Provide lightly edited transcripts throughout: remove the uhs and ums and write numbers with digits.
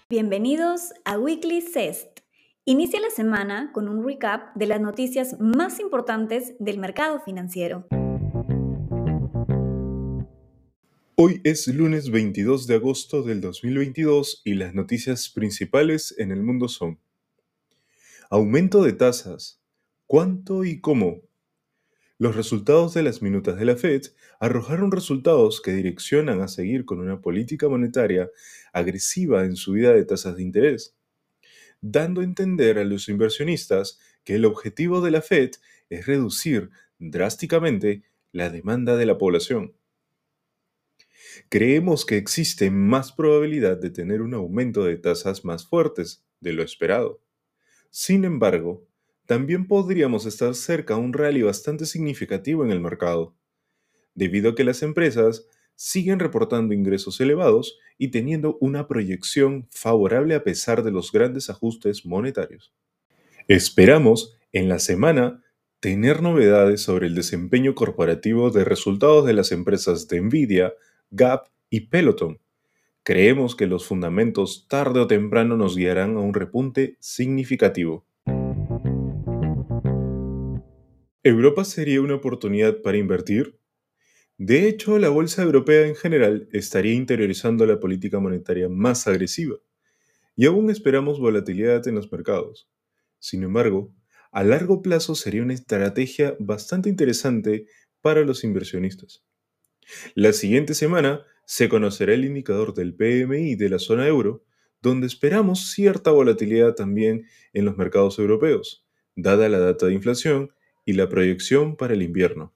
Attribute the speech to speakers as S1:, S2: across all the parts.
S1: Bienvenidos a Weekly CEST. Inicia la semana con un recap de las noticias más importantes del mercado financiero.
S2: Hoy es lunes 22 de agosto del 2022 y las noticias principales en el mundo son: aumento de tasas, ¿cuánto y cómo? Los resultados de las minutas de la Fed arrojaron resultados que direccionan a seguir con una política monetaria agresiva en subida de tasas de interés, dando a entender a los inversionistas que el objetivo de la Fed es reducir drásticamente la demanda de la población. Creemos que existe más probabilidad de tener un aumento de tasas más fuertes de lo esperado. Sin embargo, también podríamos estar cerca a un rally bastante significativo en el mercado, debido a que las empresas siguen reportando ingresos elevados y teniendo una proyección favorable a pesar de los grandes ajustes monetarios. Esperamos, en la semana, tener novedades sobre el desempeño corporativo de resultados de las empresas de Nvidia, Gap y Peloton. Creemos que los fundamentos tarde o temprano nos guiarán a un repunte significativo. ¿Europa sería una oportunidad para invertir? De hecho, la bolsa europea en general estaría interiorizando la política monetaria más agresiva, y aún esperamos volatilidad en los mercados. Sin embargo, a largo plazo sería una estrategia bastante interesante para los inversionistas. La siguiente semana se conocerá el indicador del PMI de la zona euro, donde esperamos cierta volatilidad también en los mercados europeos, dada la data de inflación y la proyección para el invierno.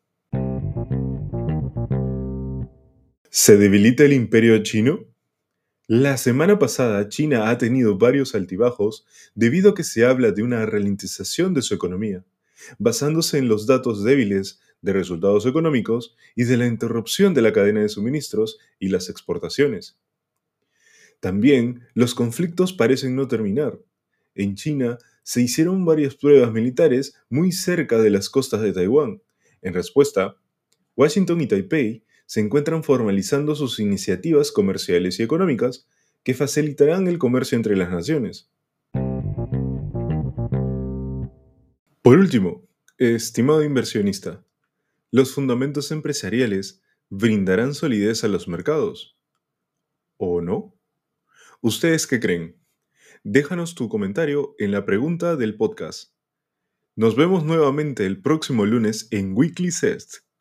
S2: ¿Se debilita el imperio chino? La semana pasada China ha tenido varios altibajos debido a que se habla de una ralentización de su economía, basándose en los datos débiles de resultados económicos y de la interrupción de la cadena de suministros y las exportaciones. También los conflictos parecen no terminar. En China se hicieron varias pruebas militares muy cerca de las costas de Taiwán. En respuesta, Washington y Taipei se encuentran formalizando sus iniciativas comerciales y económicas que facilitarán el comercio entre las naciones. Por último, estimado inversionista, ¿los fundamentos empresariales brindarán solidez a los mercados? ¿O no? ¿Ustedes qué creen? Déjanos tu comentario en la pregunta del podcast. Nos vemos nuevamente el próximo lunes en Weekly Cest.